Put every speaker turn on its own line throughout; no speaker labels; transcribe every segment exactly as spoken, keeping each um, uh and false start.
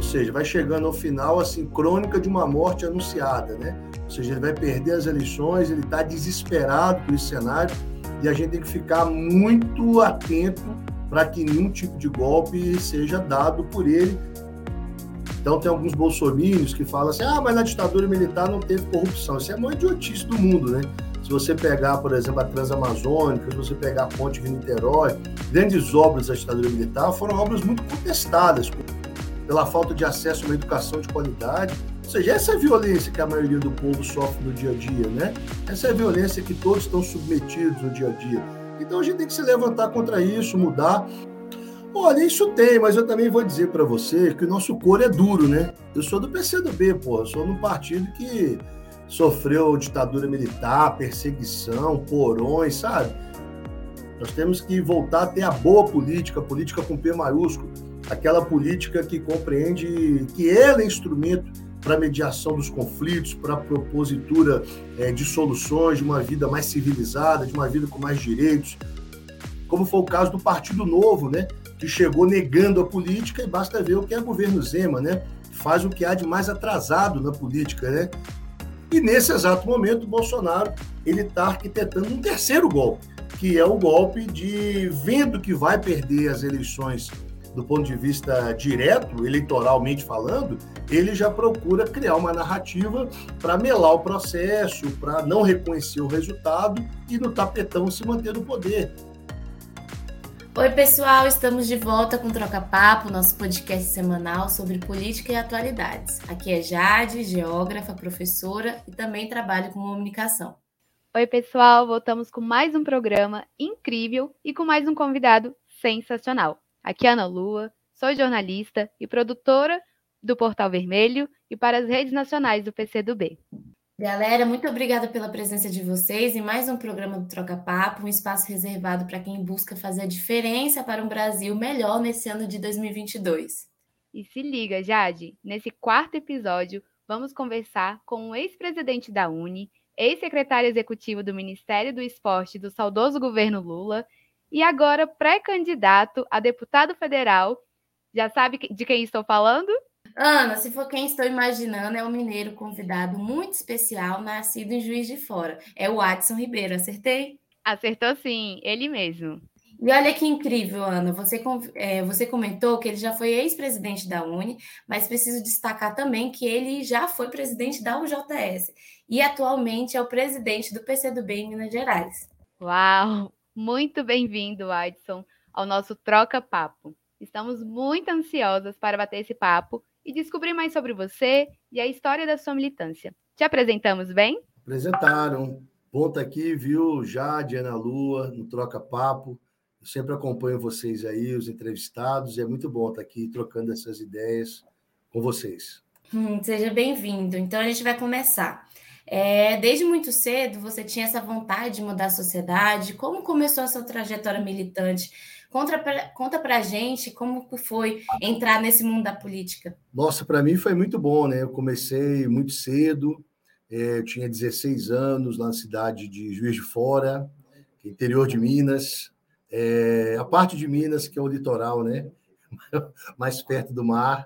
seja, vai chegando ao final, assim, crônica de uma morte anunciada, né? Ou seja, ele vai perder as eleições, ele está desesperado por esse cenário, e a gente tem que ficar muito atento para que nenhum tipo de golpe seja dado por ele. Então tem alguns bolsominions que falam assim, ah, mas na ditadura militar não teve corrupção. Isso é uma idiotice do mundo, né? Se você pegar, por exemplo, a Transamazônica, se você pegar a Ponte Rio-Niterói, grandes obras da ditadura militar foram obras muito contestadas pela falta de acesso a uma educação de qualidade. Ou seja, essa é a violência que a maioria do povo sofre no dia a dia, né? Essa é a violência que todos estão submetidos no dia a dia. Então a gente tem que se levantar contra isso, mudar. Olha, isso tem, mas eu também vou dizer para você que o nosso couro é duro, né? Eu sou do P C do B, pô, eu sou num partido que sofreu ditadura militar, perseguição, porões, sabe? Nós temos que voltar a ter a boa política, a política com P maiúsculo, aquela política que compreende que ela é instrumento para a mediação dos conflitos, para a propositura é, de soluções, de uma vida mais civilizada, de uma vida com mais direitos, como foi o caso do Partido Novo, né, que chegou negando a política, e basta ver o que é o governo Zema, né, faz o que há de mais atrasado na política, né? E nesse exato momento, o Bolsonaro ele está arquitetando um terceiro golpe, que é o golpe de, vendo que vai perder as eleições do ponto de vista direto, eleitoralmente falando, ele já procura criar uma narrativa para melar o processo, para não reconhecer o resultado e no tapetão se manter no poder.
Oi, pessoal, estamos de volta com Troca Papo, nosso podcast semanal sobre política e atualidades. Aqui é Jade, geógrafa, professora e também trabalho com comunicação.
Oi, pessoal, voltamos com mais um programa incrível e com mais um convidado sensacional. Aqui é Ana Lua, sou jornalista e produtora do Portal Vermelho e para as redes nacionais do P C do B.
Galera, muito obrigada pela presença de vocês em mais um programa do Troca Papo, um espaço reservado para quem busca fazer a diferença para um Brasil melhor nesse ano de dois mil e vinte e dois.
E se liga, Jade, nesse quarto episódio vamos conversar com o ex-presidente da Uni, ex-secretário executivo do Ministério do Esporte do saudoso governo Lula e agora pré-candidato a deputado federal. Já sabe de quem estou falando?
Ana, se for quem estou imaginando, é um mineiro convidado muito especial, nascido em Juiz de Fora. É o Adson Ribeiro, acertei?
Acertou sim, ele mesmo.
E olha que incrível, Ana, você, é, você comentou que ele já foi ex-presidente da Uni, mas preciso destacar também que ele já foi presidente da U J S e atualmente é o presidente do P C do B em Minas Gerais.
Uau! Muito bem-vindo, Adson, ao nosso Troca Papo. Estamos muito ansiosas para bater esse papo e descobrir mais sobre você e a história da sua militância. Te apresentamos bem?
Apresentaram. Bom estar aqui, viu? Jade, Ana Lua, no Troca Papo. Eu sempre acompanho vocês aí, os entrevistados, e é muito bom estar aqui trocando essas ideias com vocês.
Hum, seja bem-vindo. Então, a gente vai começar. É, desde muito cedo, você tinha essa vontade de mudar a sociedade. Como começou a sua trajetória militante? Conta pra, conta pra gente como foi entrar nesse mundo da política.
Nossa, para mim foi muito bom, né? Eu comecei muito cedo, é, eu tinha dezesseis anos, lá na cidade de Juiz de Fora, interior de Minas. É, a parte de Minas, que é o litoral, né? Mais perto do mar.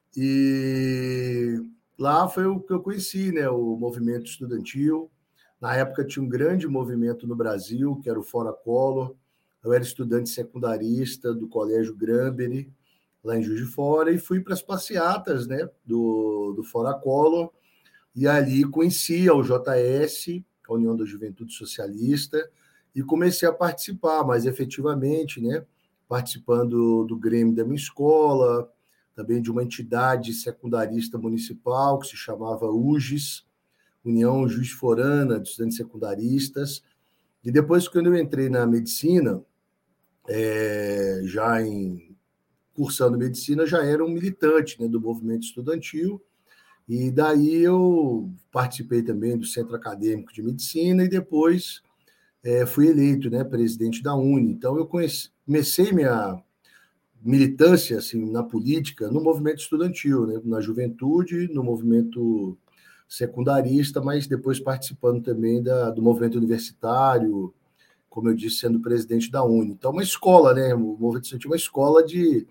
E lá foi o que eu conheci, né? O movimento estudantil. Na época tinha um grande movimento no Brasil, que era o Fora Collor. Eu era estudante secundarista do Colégio Granbury, lá em Juiz de Fora, e fui para as passeatas, né, do, do Fora Collor, e ali conheci a U J S, a União da Juventude Socialista, e comecei a participar mais efetivamente, né, participando do Grêmio da minha escola, também de uma entidade secundarista municipal que se chamava U G S, União Juiz Forana de Estudantes Secundaristas. E depois, quando eu entrei na medicina, é, já em cursando medicina, já era um militante, né, do movimento estudantil, e daí eu participei também do Centro Acadêmico de Medicina e depois é, fui eleito, né, presidente da Uni. Então eu conheci, comecei minha militância assim, na política, no movimento estudantil, né, na juventude, no movimento secundarista, mas depois participando também da, do movimento universitário, como eu disse, sendo presidente da Uni. Então, uma escola, né? O movimento estudantil é uma escola de,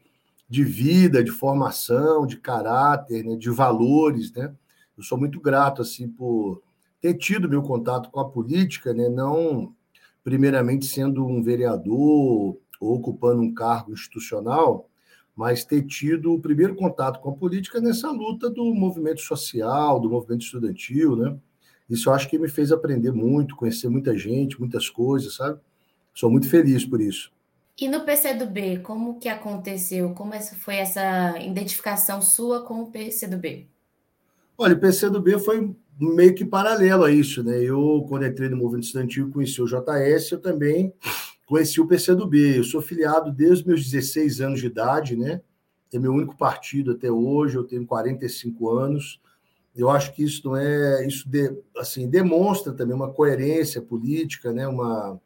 de vida, de formação, de caráter, né, de valores, né? Eu sou muito grato assim por ter tido meu contato com a política, né, não primeiramente sendo um vereador ou ocupando um cargo institucional, mas ter tido o primeiro contato com a política nessa luta do movimento social, do movimento estudantil, né? Isso eu acho que me fez aprender muito, conhecer muita gente, muitas coisas, sabe? Sou muito feliz por isso.
E no P C do B, como que aconteceu? Como essa foi essa identificação sua com o P C do B?
Olha, o P C do B foi meio que paralelo a isso, né? Eu, quando entrei no movimento estudantil, conheci o J S, eu também conheci o P C do B. Eu sou filiado desde os meus dezesseis anos de idade, né? É meu único partido até hoje, eu tenho quarenta e cinco anos. Eu acho que isso não é, isso de, assim, demonstra também uma coerência política, né? Uma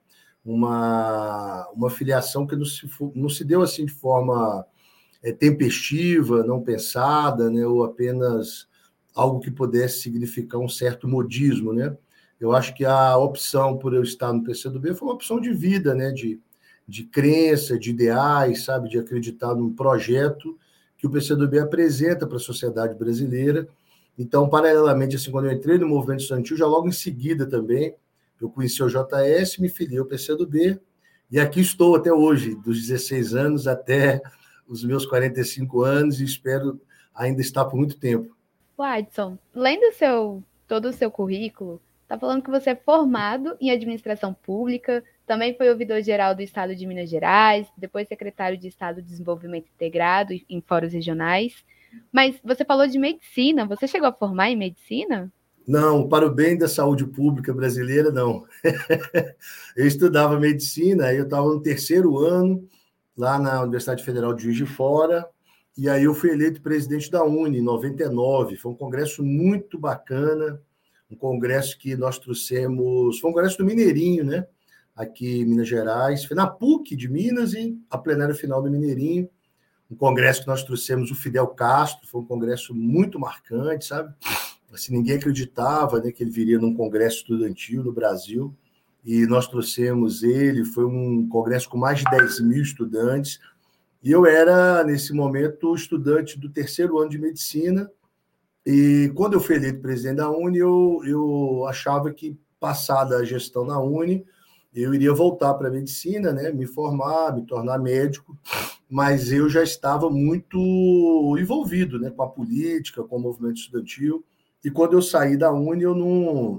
uma uma filiação que não se, não se deu assim de forma é, tempestiva, não pensada, né? Ou apenas algo que pudesse significar um certo modismo, né? Eu acho que a opção por eu estar no P C do B foi uma opção de vida, né? De, de crença, de ideais, sabe? De acreditar num projeto que o P C do B apresenta para a sociedade brasileira. Então, paralelamente, assim, quando eu entrei no movimento estudantil, já logo em seguida também, eu conheci o J S, me filiei ao P C do B, e aqui estou até hoje, dos dezesseis anos até os meus quarenta e cinco anos, e espero ainda estar por muito tempo.
Adson, lendo seu, todo o seu currículo, está falando que você é formado em administração pública, também foi ouvidor-geral do Estado de Minas Gerais, depois secretário de Estado de Desenvolvimento Integrado em fóruns regionais. Mas você falou de medicina, você chegou a formar em medicina?
Não, para o bem da saúde pública brasileira, não. Eu estudava medicina, aí eu estava no terceiro ano, lá na Universidade Federal de Juiz de Fora, e aí eu fui eleito presidente da Uni em noventa e nove. Foi um congresso muito bacana, um congresso que nós trouxemos, foi um congresso do Mineirinho, né? Aqui em Minas Gerais, foi na PUC de Minas e a plenária final do Mineirinho. Um congresso que nós trouxemos o Fidel Castro, foi um congresso muito marcante, sabe? Assim, ninguém acreditava, né, que ele viria num congresso estudantil no Brasil, e nós trouxemos ele, foi um congresso com mais de dez mil estudantes, e eu era, nesse momento, estudante do terceiro ano de medicina, e quando eu fui eleito presidente da Uni, eu, eu achava que, passada a gestão na Uni, eu iria voltar para a medicina, né, me formar, me tornar médico, mas eu já estava muito envolvido, né, com a política, com o movimento estudantil, e quando eu saí da Uni, eu não,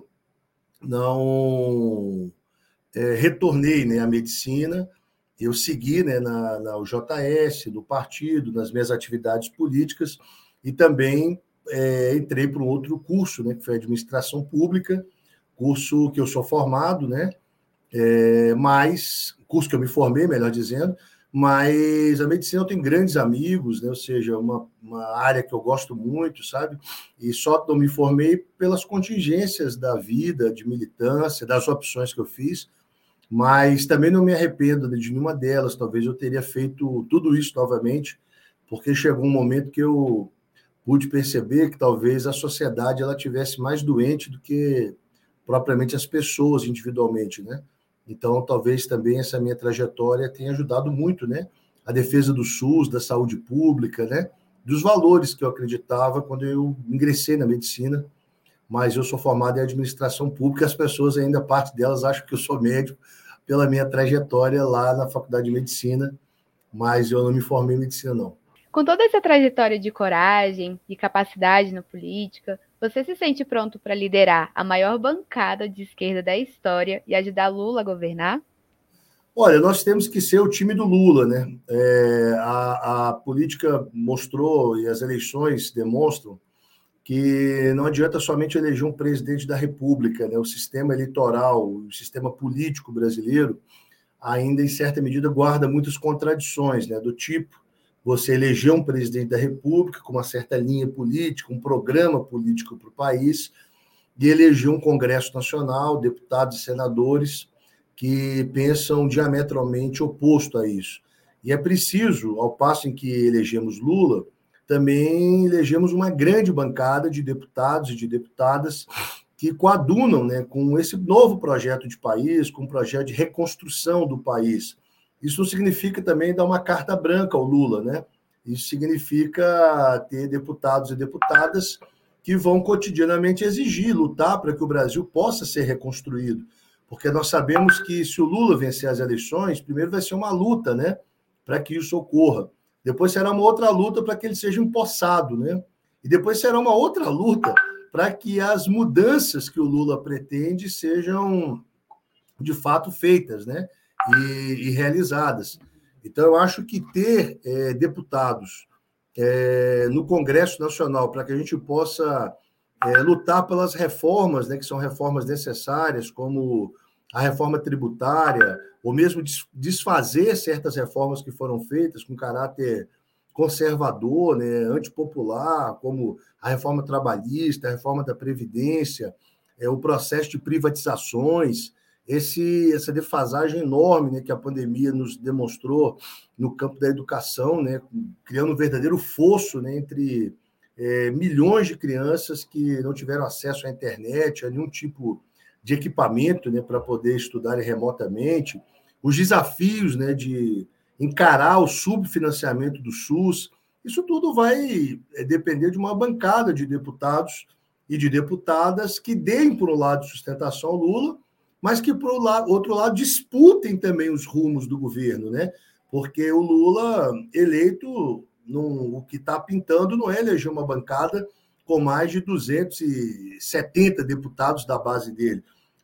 não é, retornei, né, à medicina, eu segui, né, na, na U J S, no partido, nas minhas atividades políticas, e também é, entrei para um outro curso, né, que foi Administração Pública, curso que eu sou formado, né, é, mas, curso que eu me formei, melhor dizendo, mas a medicina eu tenho grandes amigos, né? Ou seja, uma, uma área que eu gosto muito, sabe? E só não me formei pelas contingências da vida, de militância, das opções que eu fiz, mas também não me arrependo de nenhuma delas. Talvez eu teria feito tudo isso novamente, porque chegou um momento que eu pude perceber que talvez a sociedade ela tivesse mais doente do que propriamente as pessoas individualmente, né? Então, talvez também essa minha trajetória tenha ajudado muito, né? A defesa do SUS, da saúde pública, né? Dos valores que eu acreditava quando eu ingressei na medicina, mas eu sou formado em administração pública, as pessoas ainda, parte delas, acham que eu sou médico pela minha trajetória lá na Faculdade de Medicina, mas eu não me formei em medicina, não.
Com toda essa trajetória de coragem e capacidade na política, você se sente pronto para liderar a maior bancada de esquerda da história e ajudar Lula a governar?
Olha, nós temos que ser o time do Lula, né? É, a, a política mostrou, e as eleições demonstram, que não adianta somente eleger um presidente da República, né? O sistema eleitoral, o sistema político brasileiro, ainda, em certa medida, guarda muitas contradições, né? Do tipo, você eleger um presidente da República com uma certa linha política, um programa político para o país, e eleger um Congresso Nacional, deputados e senadores que pensam diametralmente oposto a isso. E é preciso, ao passo em que elegemos Lula, também elegemos uma grande bancada de deputados e de deputadas que coadunam, né, com esse novo projeto de país, com um projeto de reconstrução do país. Isso não significa também dar uma carta branca ao Lula, né? Isso significa ter deputados e deputadas que vão cotidianamente exigir, lutar para que o Brasil possa ser reconstruído. Porque nós sabemos que se o Lula vencer as eleições, primeiro vai ser uma luta, né, para que isso ocorra. Depois será uma outra luta para que ele seja empossado, né? E depois será uma outra luta para que as mudanças que o Lula pretende sejam, de fato, feitas, né? E, e realizadas. Então, eu acho que ter é, deputados é, no Congresso Nacional para que a gente possa é, lutar pelas reformas, né, que são reformas necessárias, como a reforma tributária, ou mesmo desfazer certas reformas que foram feitas com caráter conservador, né, antipopular, como a reforma trabalhista, a reforma da Previdência, é, o processo de privatizações, esse, essa defasagem enorme, né, que a pandemia nos demonstrou no campo da educação, né, criando um verdadeiro fosso, né, entre é, milhões de crianças que não tiveram acesso à internet, a nenhum tipo de equipamento, né, para poder estudar remotamente, os desafios, né, de encarar o subfinanciamento do SUS. Isso tudo vai depender de uma bancada de deputados e de deputadas que deem, por um lado, sustentação ao Lula, mas que, por outro lado, disputem também os rumos do governo, né? Porque o Lula, eleito, não, o que está pintando não é eleger uma bancada com mais de duzentos e setenta deputados da base dele.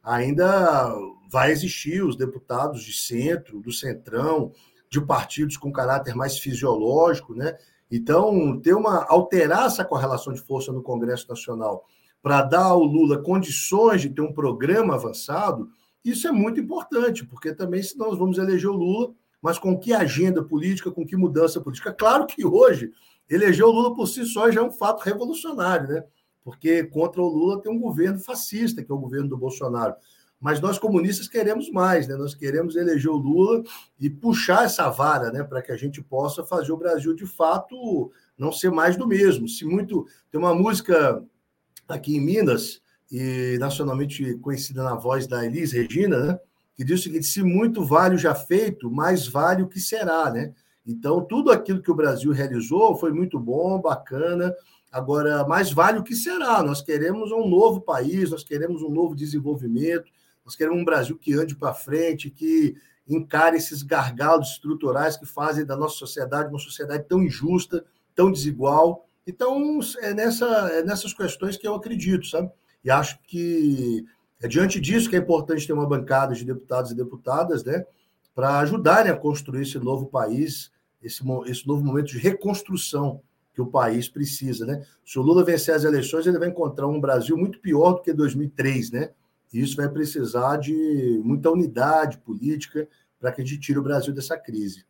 Ainda vai existir os deputados de centro, do centrão, de partidos com caráter mais fisiológico, né? Então, ter uma, alterar essa correlação de força no Congresso Nacional para dar ao Lula condições de ter um programa avançado, isso é muito importante, porque também se nós vamos eleger o Lula, mas com que agenda política, com que mudança política? Claro que hoje, eleger o Lula por si só já é um fato revolucionário, né? Porque contra o Lula tem um governo fascista, que é o governo do Bolsonaro. Mas nós, comunistas, queremos mais, né? Nós queremos eleger o Lula e puxar essa vara, né? Para que a gente possa fazer o Brasil, de fato, não ser mais do mesmo. Se muito... Tem uma música aqui em Minas, e nacionalmente conhecida na voz da Elis Regina, né? Que diz o seguinte: se muito vale o já feito, mais vale o que será, né? Então, tudo aquilo que o Brasil realizou foi muito bom, bacana. Agora, mais vale o que será. Nós queremos um novo país, nós queremos um novo desenvolvimento, nós queremos um Brasil que ande para frente, que encare esses gargalos estruturais que fazem da nossa sociedade uma sociedade tão injusta, tão desigual. Então, é, nessa, é nessas questões que eu acredito, sabe? E acho que é diante disso que é importante ter uma bancada de deputados e deputadas, né, para ajudarem a construir esse novo país, esse, esse novo momento de reconstrução que o país precisa, né? Se o Lula vencer as eleições, ele vai encontrar um Brasil muito pior do que dois mil e três, né? E isso vai precisar de muita unidade política para que a gente tire o Brasil dessa crise.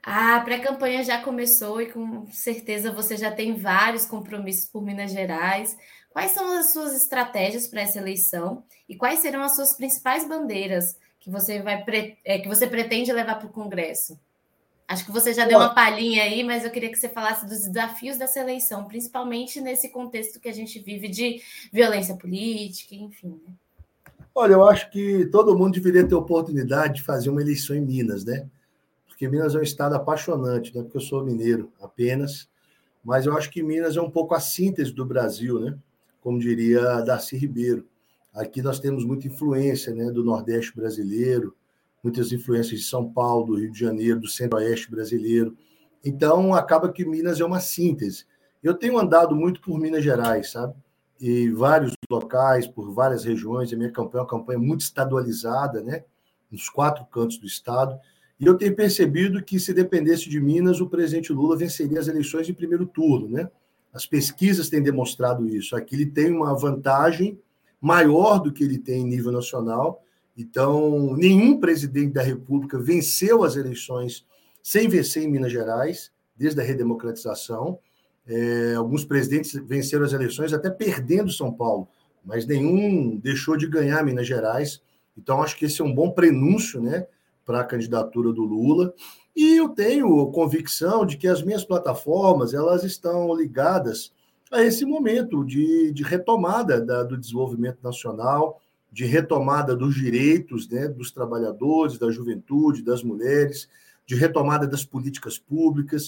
A pré-campanha já começou e com certeza você já tem vários compromissos por Minas Gerais. Quais são as suas estratégias para essa eleição e quais serão as suas principais bandeiras que você, vai, que você pretende levar para o Congresso? Acho que você já deu uma palhinha aí, mas eu queria que você falasse dos desafios dessa eleição, principalmente nesse contexto que a gente vive de violência política, enfim. Né?
Olha, eu acho que todo mundo deveria ter oportunidade de fazer uma eleição em Minas, né? Porque Minas é um estado apaixonante, não é porque eu sou mineiro apenas, mas eu acho que Minas é um pouco a síntese do Brasil, né? Como diria Darcy Ribeiro. Aqui nós temos muita influência, né, do Nordeste brasileiro, muitas influências de São Paulo, do Rio de Janeiro, do Centro-Oeste brasileiro. Então, acaba que Minas é uma síntese. Eu tenho andado muito por Minas Gerais, sabe? E vários locais, por várias regiões. A minha campanha é uma campanha muito estadualizada, né? Nos quatro cantos do estado. E eu tenho percebido que, se dependesse de Minas, o presidente Lula venceria as eleições em primeiro turno, né? As pesquisas têm demonstrado isso. Aqui ele tem uma vantagem maior do que ele tem em nível nacional. Então, nenhum presidente da República venceu as eleições sem vencer em Minas Gerais, desde a redemocratização. É, alguns presidentes venceram as eleições até perdendo São Paulo, mas nenhum deixou de ganhar Minas Gerais. Então, acho que esse é um bom prenúncio, né, para a candidatura do Lula. E eu tenho convicção de que as minhas plataformas elas estão ligadas a esse momento de, de retomada da, do desenvolvimento nacional, de retomada dos direitos, né, dos trabalhadores, da juventude, das mulheres, de retomada das políticas públicas,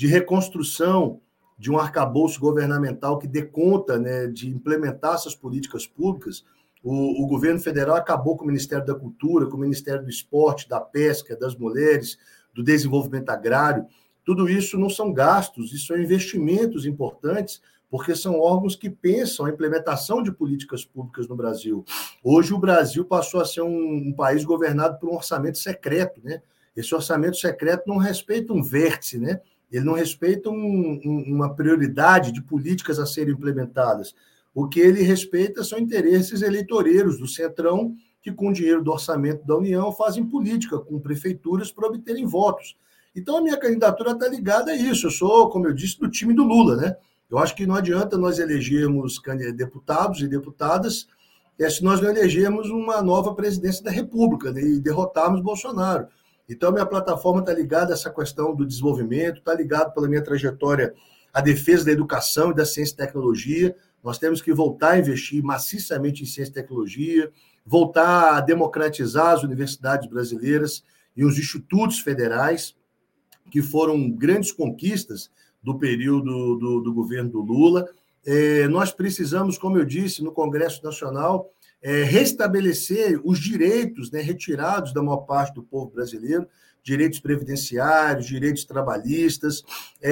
de reconstrução de um arcabouço governamental que dê conta, né, de implementar essas políticas públicas. O, o governo federal acabou com o Ministério da Cultura, com o Ministério do Esporte, da Pesca, das Mulheres, do Desenvolvimento Agrário. Tudo isso não são gastos, isso são investimentos importantes, porque são órgãos que pensam a implementação de políticas públicas no Brasil. Hoje, o Brasil passou a ser um, um país governado por um orçamento secreto, né? Esse orçamento secreto não respeita um vértice, né? Ele não respeita um, um, uma prioridade de políticas a serem implementadas. O que ele respeita são interesses eleitoreiros do Centrão, que, com o dinheiro do orçamento da União, fazem política com prefeituras para obterem votos. Então, a minha candidatura está ligada a isso. Eu sou, como eu disse, do time do Lula, né? Eu acho que não adianta nós elegermos deputados e deputadas se nós não elegermos uma nova presidência da República, né, e derrotarmos Bolsonaro. Então, minha plataforma está ligada a essa questão do desenvolvimento, está ligada pela minha trajetória à defesa da educação e da ciência e tecnologia. Nós temos que voltar a investir maciçamente em ciência e tecnologia, voltar a democratizar as universidades brasileiras e os institutos federais, que foram grandes conquistas do período do, do governo do Lula. É, nós precisamos, como eu disse, no Congresso Nacional, é, restabelecer os direitos, né, retirados da maior parte do povo brasileiro, direitos previdenciários, direitos trabalhistas,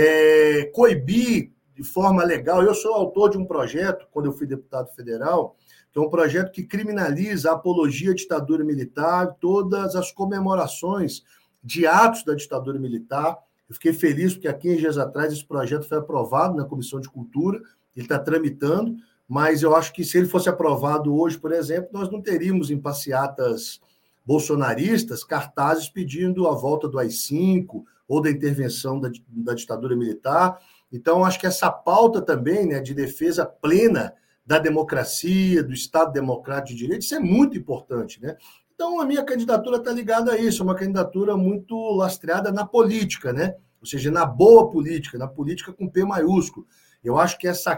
é, coibir de forma legal. Eu sou autor de um projeto, quando eu fui deputado federal, que é um projeto que criminaliza a apologia à ditadura militar, todas as comemorações de atos da ditadura militar. Eu fiquei feliz porque há quinze dias atrás esse projeto foi aprovado na Comissão de Cultura, ele está tramitando, mas eu acho que se ele fosse aprovado hoje, por exemplo, nós não teríamos em passeatas bolsonaristas cartazes pedindo a volta do A I cinco ou da intervenção da, da ditadura militar. Então, acho que essa pauta também, né, de defesa plena da democracia, do Estado Democrático de Direito, isso é muito importante, né? Então, a minha candidatura está ligada a isso, é uma candidatura muito lastreada na política, né? Ou seja, na boa política, na política com P maiúsculo. Eu acho que essa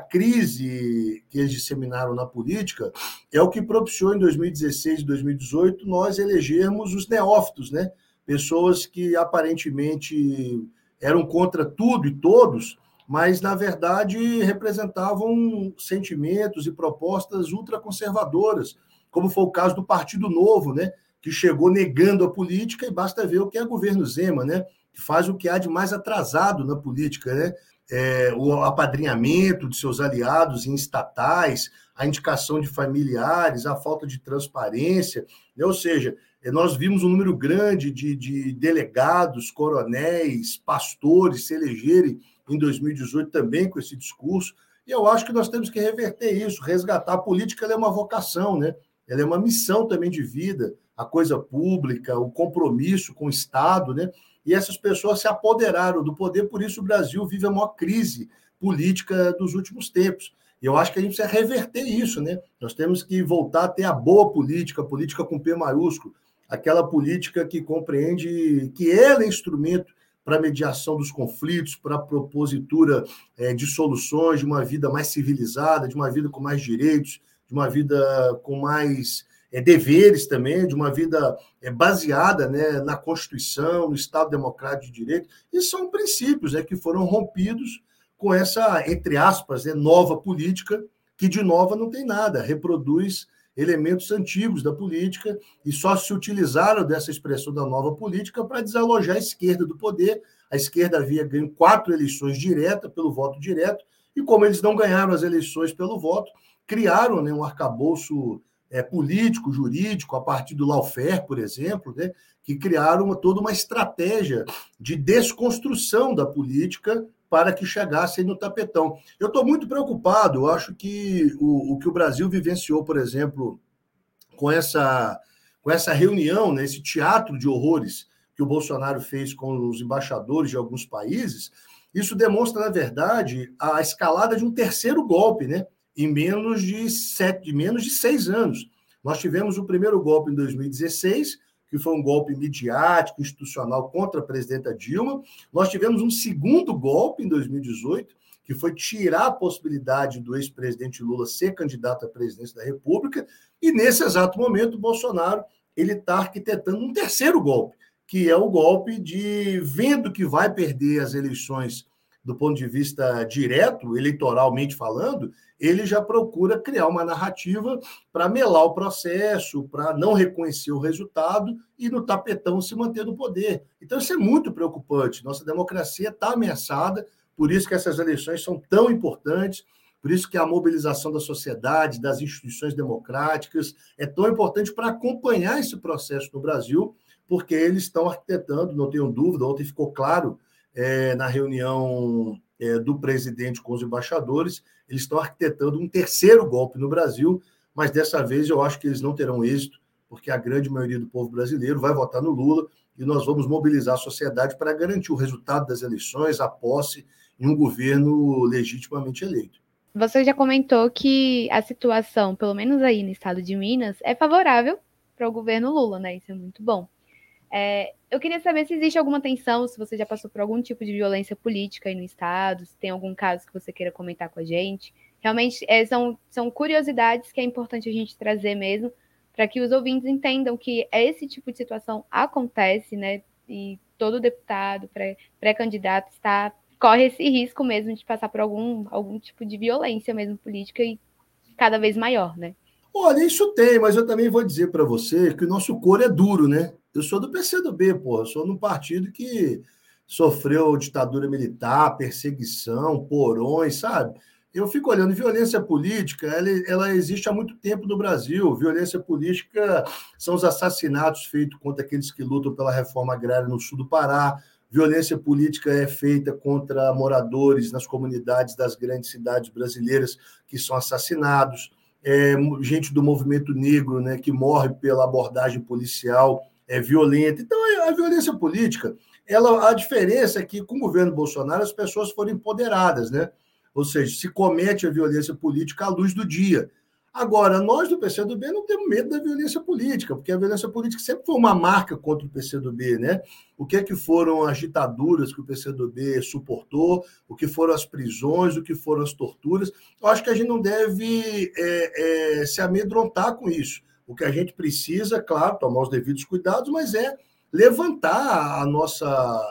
crise que eles disseminaram na política é o que propiciou em dois mil e dezesseis e dois mil e dezoito nós elegermos os neófitos, né? Pessoas que aparentemente eram contra tudo e todos, mas, na verdade, representavam sentimentos e propostas ultraconservadoras, como foi o caso do Partido Novo, né, que chegou negando a política, e basta ver o que é o governo Zema, né, que faz o que há de mais atrasado na política, né, é, o apadrinhamento de seus aliados em estatais, a indicação de familiares, a falta de transparência, né, ou seja, nós vimos um número grande de, de delegados, coronéis, pastores se elegerem em dois mil e dezoito também com esse discurso, e eu acho que nós temos que reverter isso, resgatar. A política, ela é uma vocação, né? Ela é uma missão também de vida, a coisa pública, o compromisso com o Estado, né? E essas pessoas se apoderaram do poder, por isso o Brasil vive a maior crise política dos últimos tempos. E eu acho que a gente precisa reverter isso, né? Nós temos que voltar a ter a boa política, a política com P maiúsculo, aquela política que compreende que ela é instrumento para a mediação dos conflitos, para a propositura é, de soluções, de uma vida mais civilizada, de uma vida com mais direitos, de uma vida com mais é, deveres também, de uma vida é, baseada, né, na Constituição, no Estado Democrático de Direito. E são princípios, né, que foram rompidos com essa, entre aspas, né, nova política, que de nova não tem nada, reproduz elementos antigos da política e só se utilizaram dessa expressão da nova política para desalojar a esquerda do poder. A esquerda havia ganho quatro eleições diretas pelo voto direto e, como eles não ganharam as eleições pelo voto, criaram, né, um arcabouço é, político, jurídico, a partir do lawfare, por exemplo, né, que criaram uma, toda uma estratégia de desconstrução da política para que chegassem no tapetão. Eu estou muito preocupado, eu acho que o, o que o Brasil vivenciou, por exemplo, com essa, com essa reunião, né, esse teatro de horrores que o Bolsonaro fez com os embaixadores de alguns países, isso demonstra, na verdade, a escalada de um terceiro golpe, né, em menos de, sete, menos de seis anos. Nós tivemos o primeiro golpe em dois mil e dezesseis, que foi um golpe midiático, institucional contra a presidenta Dilma. Nós tivemos um segundo golpe em dois mil e dezoito, que foi tirar a possibilidade do ex-presidente Lula ser candidato à presidência da República, e nesse exato momento o Bolsonaro ele está arquitetando um terceiro golpe, que é o golpe de, vendo que vai perder as eleições do ponto de vista direto, eleitoralmente falando, ele já procura criar uma narrativa para melar o processo, para não reconhecer o resultado e no tapetão se manter no poder. Então, isso é muito preocupante. Nossa democracia está ameaçada, por isso que essas eleições são tão importantes, por isso que a mobilização da sociedade, das instituições democráticas, é tão importante para acompanhar esse processo no Brasil, porque eles estão arquitetando, não tenho dúvida, ontem ficou claro é, na reunião é, do presidente com os embaixadores, eles estão arquitetando um terceiro golpe no Brasil, mas dessa vez eu acho que eles não terão êxito, porque a grande maioria do povo brasileiro vai votar no Lula e nós vamos mobilizar a sociedade para garantir o resultado das eleições, a posse em um governo legitimamente eleito.
Você já comentou que a situação, pelo menos aí no estado de Minas, é favorável para o governo Lula, né? Isso é muito bom. É, eu queria saber se existe alguma tensão, se você já passou por algum tipo de violência política aí no estado, se tem algum caso que você queira comentar com a gente. Realmente, é, são, são curiosidades que é importante a gente trazer mesmo, para que os ouvintes entendam que esse tipo de situação acontece, né? E todo deputado, pré, pré-candidato, está... corre esse risco mesmo de passar por algum, algum tipo de violência mesmo política e cada vez maior, né?
Olha, isso tem, mas eu também vou dizer para você que o nosso couro é duro, né? Eu sou do P C do B, pô, eu sou num partido que sofreu ditadura militar, perseguição, porões, sabe? Eu fico olhando, violência política, ela, ela existe há muito tempo no Brasil. Violência política são os assassinatos feitos contra aqueles que lutam pela reforma agrária no sul do Pará. Violência política é feita contra moradores nas comunidades das grandes cidades brasileiras que são assassinados. É, gente do movimento negro, né, que morre pela abordagem policial é violenta. Então, a violência política, ela, a diferença é que, com o governo Bolsonaro, as pessoas foram empoderadas, né? Ou seja, se comete a violência política à luz do dia. Agora, nós do P C do B não temos medo da violência política, porque a violência política sempre foi uma marca contra o P C do B, né? O que é que foram as ditaduras que o P C do B suportou, o que foram as prisões, o que foram as torturas. Eu acho que a gente não deve é, é, se amedrontar com isso. O que a gente precisa, claro, tomar os devidos cuidados, mas é levantar a nossa,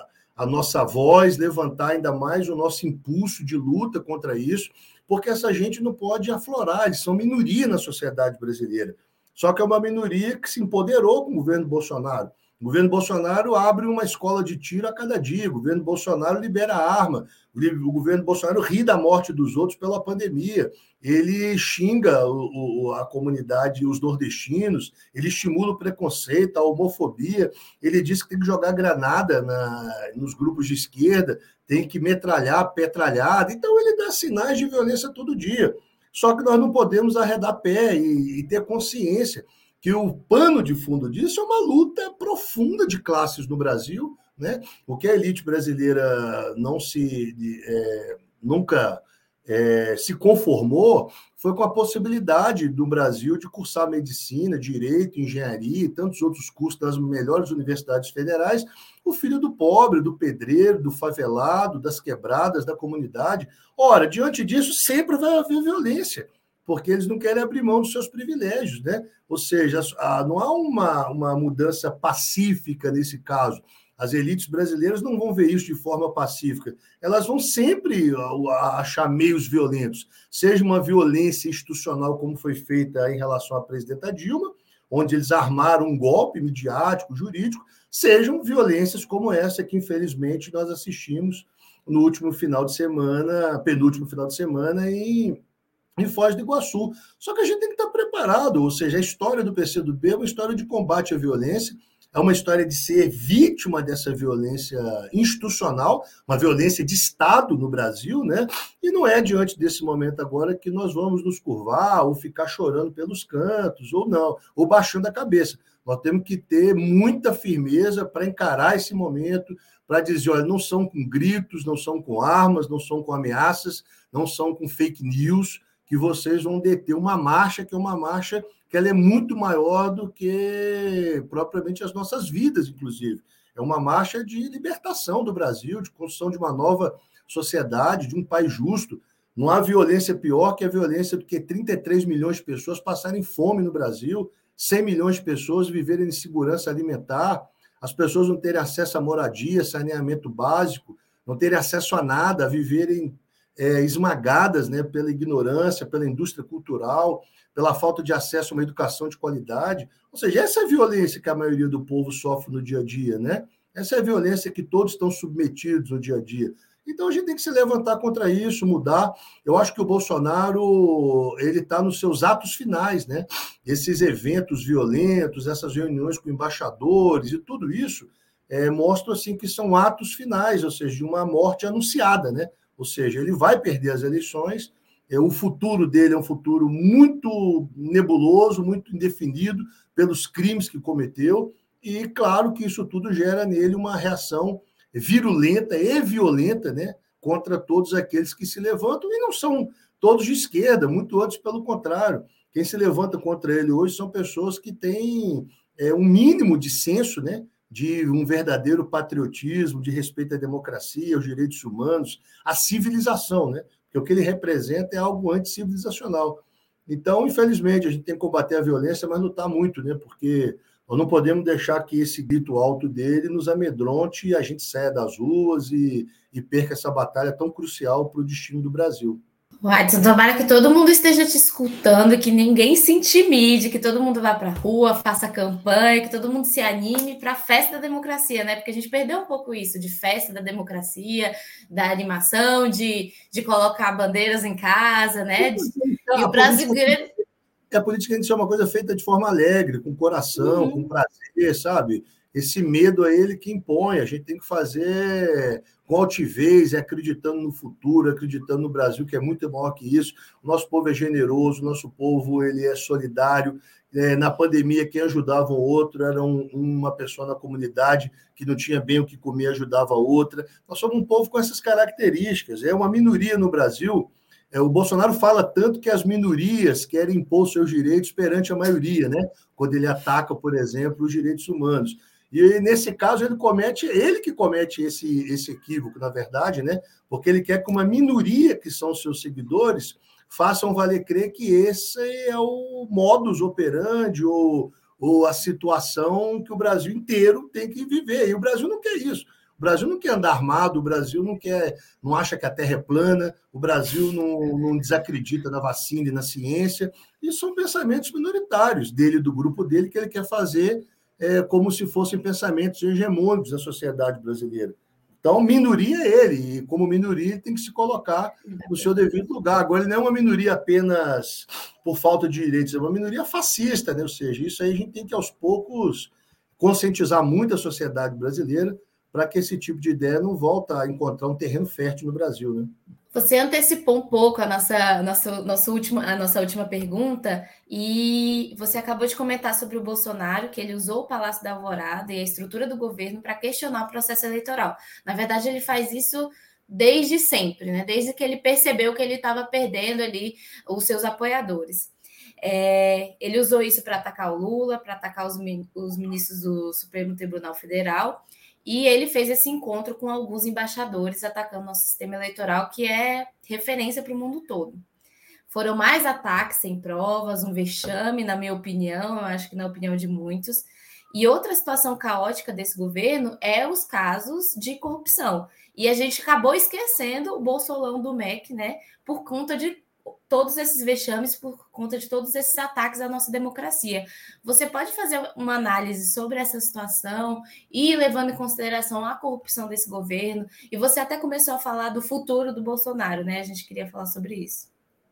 a nossa voz, levantar ainda mais o nosso impulso de luta contra isso, porque essa gente não pode aflorar, eles são minoria na sociedade brasileira. Só que é uma minoria que se empoderou com o governo Bolsonaro. O governo Bolsonaro abre uma escola de tiro a cada dia, o governo Bolsonaro libera arma, o governo Bolsonaro ri da morte dos outros pela pandemia, ele xinga o, o, a comunidade, os nordestinos, ele estimula o preconceito, a homofobia, ele diz que tem que jogar granada na, nos grupos de esquerda, tem que metralhar, petralhada. Então, ele dá sinais de violência todo dia. Só que nós não podemos arredar pé e, e ter consciência que o pano de fundo disso é uma luta profunda de classes no Brasil, né? O que a elite brasileira não se é, nunca é, se conformou foi com a possibilidade do Brasil de cursar medicina, direito, engenharia e tantos outros cursos das melhores universidades federais, o filho do pobre, do pedreiro, do favelado, das quebradas, da comunidade. Ora, diante disso, sempre vai haver violência, porque eles não querem abrir mão dos seus privilégios, né? Ou seja, não há uma, uma mudança pacífica nesse caso. As elites brasileiras não vão ver isso de forma pacífica. Elas vão sempre achar meios violentos, seja uma violência institucional, como foi feita em relação à presidenta Dilma, onde eles armaram um golpe midiático, jurídico, sejam violências como essa que, infelizmente, nós assistimos no último final de semana, penúltimo final de semana, em em Foz do Iguaçu. Só que a gente tem que estar preparado, ou seja, a história do P C do B é uma história de combate à violência, é uma história de ser vítima dessa violência institucional, uma violência de Estado no Brasil, né? E não é diante desse momento agora que nós vamos nos curvar ou ficar chorando pelos cantos, ou não, ou baixando a cabeça. Nós temos que ter muita firmeza para encarar esse momento, para dizer, olha, não são com gritos, não são com armas, não são com ameaças, não são com fake news, que vocês vão deter uma marcha, que é uma marcha que ela é muito maior do que propriamente as nossas vidas, inclusive. É uma marcha de libertação do Brasil, de construção de uma nova sociedade, de um país justo. Não há violência pior que a violência do que trinta e três milhões de pessoas passarem fome no Brasil, cem milhões de pessoas viverem em segurança alimentar, as pessoas não terem acesso à moradia, saneamento básico, não terem acesso a nada, a viverem é, esmagadas, né, pela ignorância, pela indústria cultural, pela falta de acesso a uma educação de qualidade. Ou seja, essa é a violência que a maioria do povo sofre no dia a dia, né? Essa é a violência que todos estão submetidos no dia a dia. Então, a gente tem que se levantar contra isso, mudar. Eu acho que o Bolsonaro ele está nos seus atos finais, né? Esses eventos violentos, essas reuniões com embaixadores e tudo isso é, mostram assim, que são atos finais, ou seja, de uma morte anunciada, né? Ou seja, ele vai perder as eleições, é, o futuro dele é um futuro muito nebuloso, muito indefinido pelos crimes que cometeu, e claro que isso tudo gera nele uma reação virulenta e violenta, né, contra todos aqueles que se levantam, e não são todos de esquerda, muito outros pelo contrário. Quem se levanta contra ele hoje são pessoas que têm é, um mínimo de senso, né, de um verdadeiro patriotismo, de respeito à democracia, aos direitos humanos, à civilização, né? Porque o que ele representa é algo anticivilizacional. Então, infelizmente, a gente tem que combater a violência, mas lutar muito, né? Porque nós não podemos deixar que esse grito alto dele nos amedronte e a gente saia das ruas e, e perca essa batalha tão crucial para o destino do Brasil.
Watson, tomara que todo mundo esteja te escutando, que ninguém se intimide, que todo mundo vá para a rua, faça campanha, que todo mundo se anime para a festa da democracia, né? Porque a gente perdeu um pouco isso, de festa da democracia, da animação, de, de colocar bandeiras em casa, né? De, e o brasileiro...
A política tem que ser uma coisa feita de forma alegre, com coração, uhum. com prazer, sabe? Esse medo é ele que impõe. A gente tem que fazer com altivez, acreditando no futuro, acreditando no Brasil, que é muito maior que isso. O nosso povo é generoso, o nosso povo ele é solidário. É, na pandemia, quem ajudava o outro era um, uma pessoa na comunidade que não tinha bem o que comer, ajudava a outra. Nós somos um povo com essas características. É uma minoria no Brasil. É, o Bolsonaro fala tanto que as minorias querem impor seus direitos perante a maioria, né? Quando ele ataca, por exemplo, os direitos humanos. E nesse caso ele comete, ele que comete esse, esse equívoco, na verdade, né? Porque ele quer que uma minoria, que são seus seguidores, façam valer crer que esse é o modus operandi ou, ou a situação que o Brasil inteiro tem que viver. E o Brasil não quer isso. O Brasil não quer andar armado, o Brasil não quer, não acha que a Terra é plana, o Brasil não, não desacredita na vacina e na ciência. E são pensamentos minoritários dele, do grupo dele, que ele quer fazer é, como se fossem pensamentos hegemônicos da sociedade brasileira. Então, minoria é ele, e como minoria ele tem que se colocar no seu devido lugar. Agora, ele não é uma minoria apenas por falta de direitos, é uma minoria fascista, né? Ou seja, isso aí a gente tem que, aos poucos, conscientizar muito a sociedade brasileira para que esse tipo de ideia não volte a encontrar um terreno fértil no Brasil, né?
Você antecipou um pouco a nossa, nossa, nossa, última, a nossa última pergunta e você acabou de comentar sobre o Bolsonaro, que ele usou o Palácio da Alvorada e a estrutura do governo para questionar o processo eleitoral. Na verdade, ele faz isso desde sempre, né? Desde que ele percebeu que ele estava perdendo ali os seus apoiadores. É, ele usou isso para atacar o Lula, para atacar os, os ministros do Supremo Tribunal Federal. E ele fez esse encontro com alguns embaixadores atacando nosso sistema eleitoral, que é referência para o mundo todo. Foram mais ataques sem provas, um vexame, na minha opinião, eu acho que na opinião de muitos. E outra situação caótica desse governo é os casos de corrupção. E a gente acabou esquecendo o bolsolão do M E C, né, por conta de todos esses vexames, por conta de todos esses ataques à nossa democracia. Você pode fazer uma análise sobre essa situação e levando em consideração a corrupção desse governo? E você até começou a falar do futuro do Bolsonaro, né? A gente queria falar sobre isso.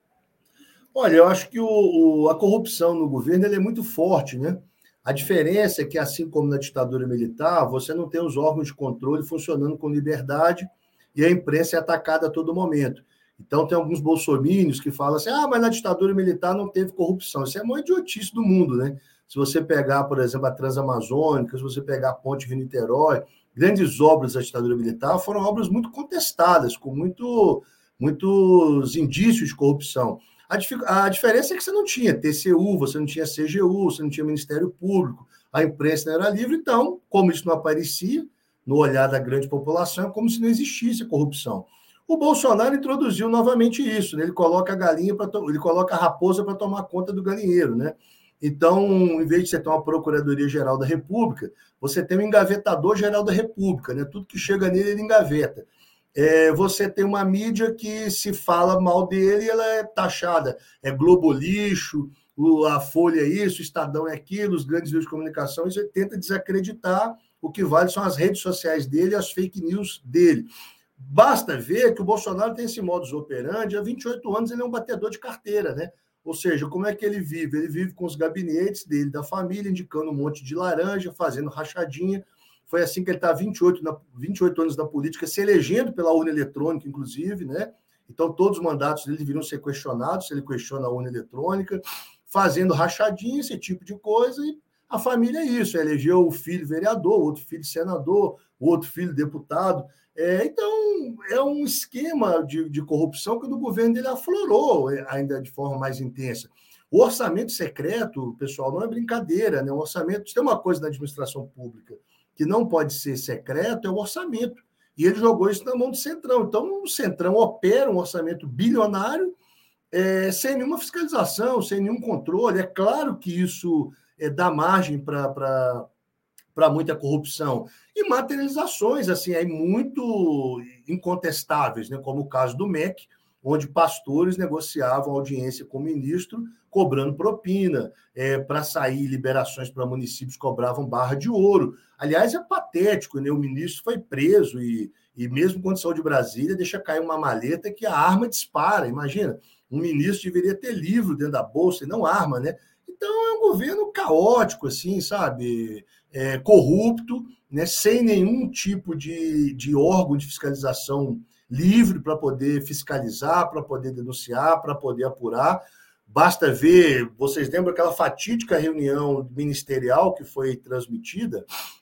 Olha, eu acho que o, o, a corrupção no governo ele é muito forte, né? A diferença é que, assim como na ditadura militar, você não tem os órgãos de controle funcionando com liberdade e a imprensa é atacada a todo momento. Então, tem alguns bolsominions que falam assim, ah, mas na ditadura militar não teve corrupção. Isso é a maior idiotice do mundo, né? Se você pegar, por exemplo, a Transamazônica, se você pegar a Ponte Rio-Niterói, grandes obras da ditadura militar foram obras muito contestadas, com muito, muitos indícios de corrupção. A, a diferença é que você não tinha T C U, você não tinha C G U, você não tinha Ministério Público, a imprensa não era livre, então, como isso não aparecia no olhar da grande população, é como se não existisse a corrupção. O Bolsonaro introduziu novamente isso, né? Ele coloca a galinha para to... ele coloca a raposa para tomar conta do galinheiro, né? Então, em vez de você ter uma Procuradoria-Geral da República, você tem um engavetador-geral da República, né? Tudo que chega nele, ele engaveta. É, você tem uma mídia que se fala mal dele, ela é taxada. É Globo lixo, a Folha é isso, o Estadão é aquilo, os grandes meios de comunicação, isso tenta desacreditar. O que vale são as redes sociais dele e as fake news dele. Basta ver que o Bolsonaro tem esse modus operandi, há vinte e oito anos ele é um batedor de carteira, né? Ou seja, como é que ele vive? Ele vive com os gabinetes dele, da família, indicando um monte de laranja, fazendo rachadinha. Foi assim que ele está há vinte e oito, na, vinte e oito anos na política, se elegendo pela urna eletrônica, inclusive, né? Então, todos os mandatos dele deveriam ser questionados, se ele questiona a urna eletrônica, fazendo rachadinha, esse tipo de coisa, e a família é isso, elegeu o filho vereador, outro filho senador, outro filho deputado. É, então, é um esquema de, de corrupção que no governo dele aflorou ainda de forma mais intensa. O orçamento secreto, pessoal, não é brincadeira, né? O orçamento, tem uma coisa na administração pública que não pode ser secreto, é o orçamento. E ele jogou isso na mão do Centrão. Então, o Centrão opera um orçamento bilionário é, sem nenhuma fiscalização, sem nenhum controle. É claro que isso é, dá margem para para muita corrupção. E materializações assim, aí muito incontestáveis, né? Como o caso do M E C, onde pastores negociavam audiência com o ministro, cobrando propina, é, para sair liberações para municípios cobravam barra de ouro. Aliás, é patético, né? O ministro foi preso e, e mesmo quando saiu de Brasília, deixa cair uma maleta que a arma dispara. Imagina, um ministro deveria ter livro dentro da bolsa e não arma, né? Então, é um governo caótico, assim, sabe? É, corrupto, né? Sem nenhum tipo de, de órgão de fiscalização livre para poder fiscalizar, para poder denunciar, para poder apurar. Basta ver, vocês lembram aquela fatídica reunião ministerial que foi transmitida,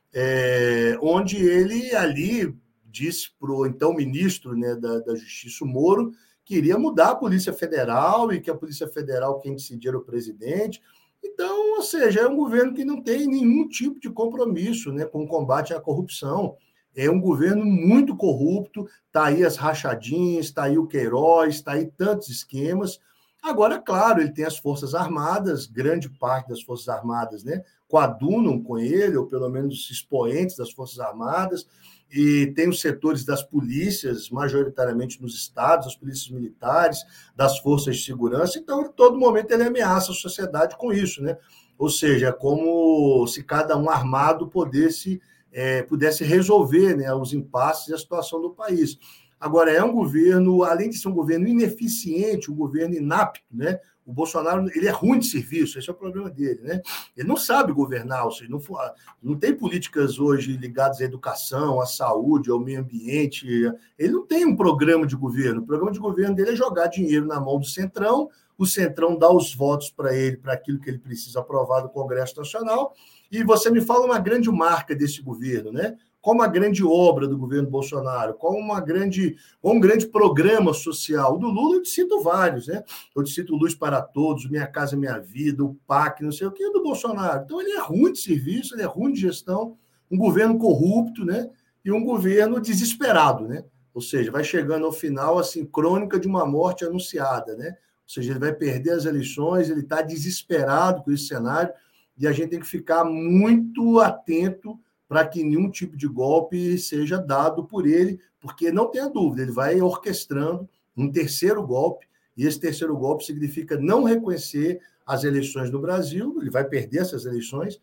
é, onde ele ali disse para o então ministro, né, da, da Justiça, o Moro, que iria mudar a Polícia Federal e que a Polícia Federal quem decidia era o presidente. Então, ou seja, é um governo que não tem nenhum tipo de compromisso, né, com o combate à corrupção. É um governo muito corrupto, está aí as rachadinhas, está aí o Queiroz, está aí tantos esquemas. Agora, claro, ele tem as Forças Armadas, grande parte das Forças Armadas, né, coadunam com ele, ou pelo menos expoentes das Forças Armadas, e tem os setores das polícias, majoritariamente nos estados, as polícias militares, das forças de segurança. Então, em todo momento, ele ameaça a sociedade com isso, né? Ou seja, é como se cada um armado pudesse, é, pudesse resolver, né, os impasses e a situação do país. Agora, é um governo, além de ser um governo ineficiente, um governo inapto, né? O Bolsonaro, ele é ruim de serviço, esse é o problema dele, né? Ele não sabe governar, ou seja, não, não tem políticas hoje ligadas à educação, à saúde, ao meio ambiente. Ele não tem um programa de governo. O programa de governo dele é jogar dinheiro na mão do Centrão, o Centrão dá os votos para ele, para aquilo que ele precisa aprovar no Congresso Nacional, e você me fala uma grande marca desse governo, né? Qual uma grande obra do governo Bolsonaro, qual uma grande, qual um grande programa social. Do Lula eu te cito vários, né? Eu te cito Luz para Todos, Minha Casa Minha Vida, o P A C, não sei o que, é do Bolsonaro. Então ele é ruim de serviço, ele é ruim de gestão, um governo corrupto, né? E um governo desesperado, né? Ou seja, vai chegando ao final, assim, crônica de uma morte anunciada, né? Ou seja, ele vai perder as eleições, ele está desesperado com esse cenário, e a gente tem que ficar muito atento para que nenhum tipo de golpe seja dado por ele, porque não tenha dúvida, ele vai orquestrando um terceiro golpe, e esse terceiro golpe significa não reconhecer as eleições no Brasil, ele vai perder essas eleições,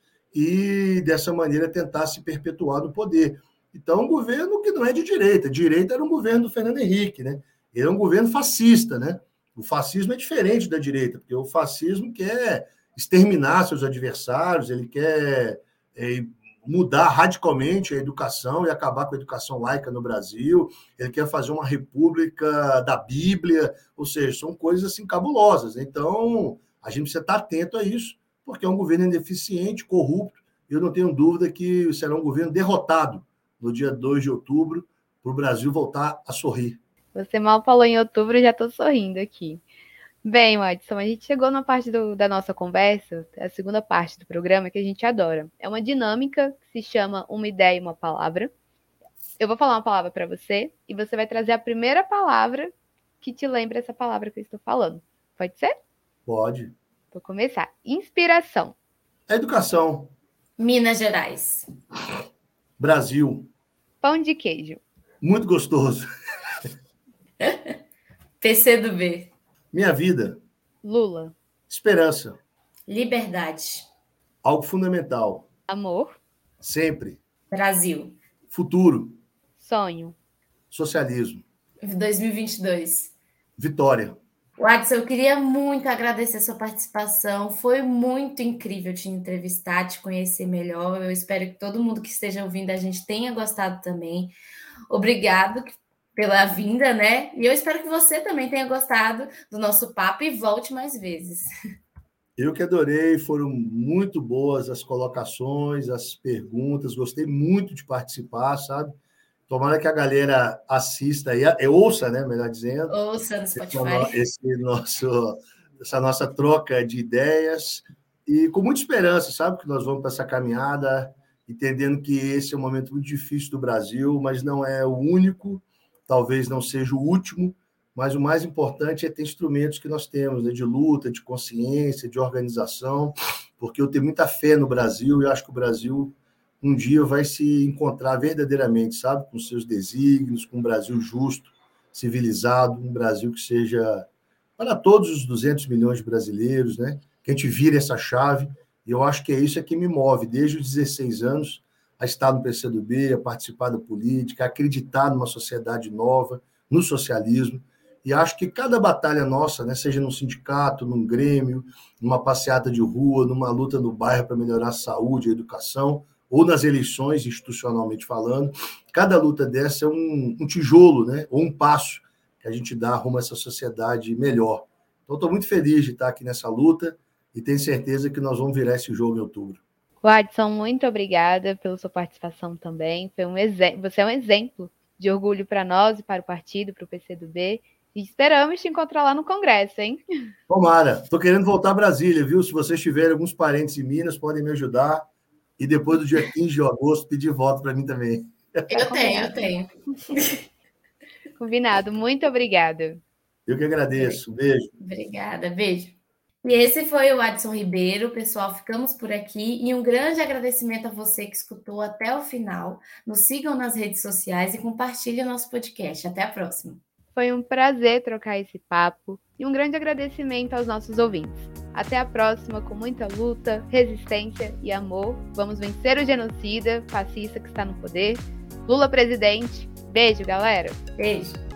e dessa maneira tentar se perpetuar no poder. Então, um governo que não é de direita, direita era um governo do Fernando Henrique, né? Ele é um governo fascista, né? O fascismo é diferente da direita, porque o fascismo quer exterminar seus adversários, ele quer é, mudar radicalmente a educação e acabar com a educação laica no Brasil, ele quer fazer uma república da Bíblia, ou seja, são coisas assim cabulosas. Então, a gente precisa estar atento a isso, porque é um governo ineficiente, corrupto, e eu não tenho dúvida que será um governo derrotado no dia dois de outubro, para o Brasil voltar a sorrir.
Você mal falou em outubro, já estou sorrindo aqui. Bem, Watson, a gente chegou na parte do, da nossa conversa, a segunda parte do programa, que a gente adora. É uma dinâmica que se chama Uma Ideia e uma Palavra. Eu vou falar uma palavra para você e você vai trazer a primeira palavra que te lembra essa palavra que eu estou falando. Pode ser?
Pode.
Vou começar. Inspiração.
Educação.
Minas Gerais.
Brasil.
Pão de queijo.
Muito gostoso.
P C do B.
Minha vida.
Lula.
Esperança.
Liberdade.
Algo fundamental.
Amor.
Sempre.
Brasil.
Futuro.
Sonho.
Socialismo.
dois mil e vinte e dois.
Vitória.
Wadson, eu queria muito agradecer a sua participação. Foi muito incrível te entrevistar, te conhecer melhor. Eu espero que todo mundo que esteja ouvindo a gente tenha gostado também. Obrigado pela vinda, né? E eu espero que você também tenha gostado do nosso papo e volte mais vezes.
Eu que adorei, foram muito boas as colocações, as perguntas, gostei muito de participar, sabe? Tomara que a galera assista e ouça, né, melhor dizendo.
Ouça no Spotify.
Esse nosso, essa nossa troca de ideias e com muita esperança, sabe? Que nós vamos para essa caminhada, entendendo que esse é um momento muito difícil do Brasil, mas não é o único, talvez não seja o último, mas o mais importante é ter instrumentos que nós temos, né, de luta, de consciência, de organização, porque eu tenho muita fé no Brasil e acho que o Brasil um dia vai se encontrar verdadeiramente, sabe, com seus desígnios, com um Brasil justo, civilizado, um Brasil que seja para todos os duzentos milhões de brasileiros, né, que a gente vire essa chave, e eu acho que é isso que me move, desde os dezesseis anos, a estar no P C do B, a participar da política, a acreditar numa sociedade nova, no socialismo, e acho que cada batalha nossa, né, seja num sindicato, num grêmio, numa passeata de rua, numa luta no bairro para melhorar a saúde, a educação, ou nas eleições, institucionalmente falando, cada luta dessa é um, um tijolo, né, ou um passo que a gente dá rumo a essa sociedade melhor. Então, estou muito feliz de estar aqui nessa luta e tenho certeza que nós vamos virar esse jogo em outubro.
Wadson, muito obrigada pela sua participação também. Foi um exe- Você é um exemplo de orgulho para nós e para o partido, para o P C do B. E esperamos te encontrar lá no Congresso, hein?
Tomara. Estou querendo voltar a Brasília, viu? Se vocês tiverem alguns parentes em Minas, podem me ajudar. E depois do dia quinze de agosto, pedir voto para mim também.
Eu tenho, eu tenho.
Combinado. Muito obrigada.
Eu que agradeço. Beijo.
Obrigada. Beijo. E esse foi o Wadson Ribeiro. Pessoal, ficamos por aqui. E um grande agradecimento a você que escutou até o final. Nos sigam nas redes sociais e compartilhem o nosso podcast. Até a próxima.
Foi um prazer trocar esse papo e um grande agradecimento aos nossos ouvintes. Até a próxima, com muita luta, resistência e amor. Vamos vencer o genocida fascista que está no poder. Lula presidente. Beijo, galera.
Beijo.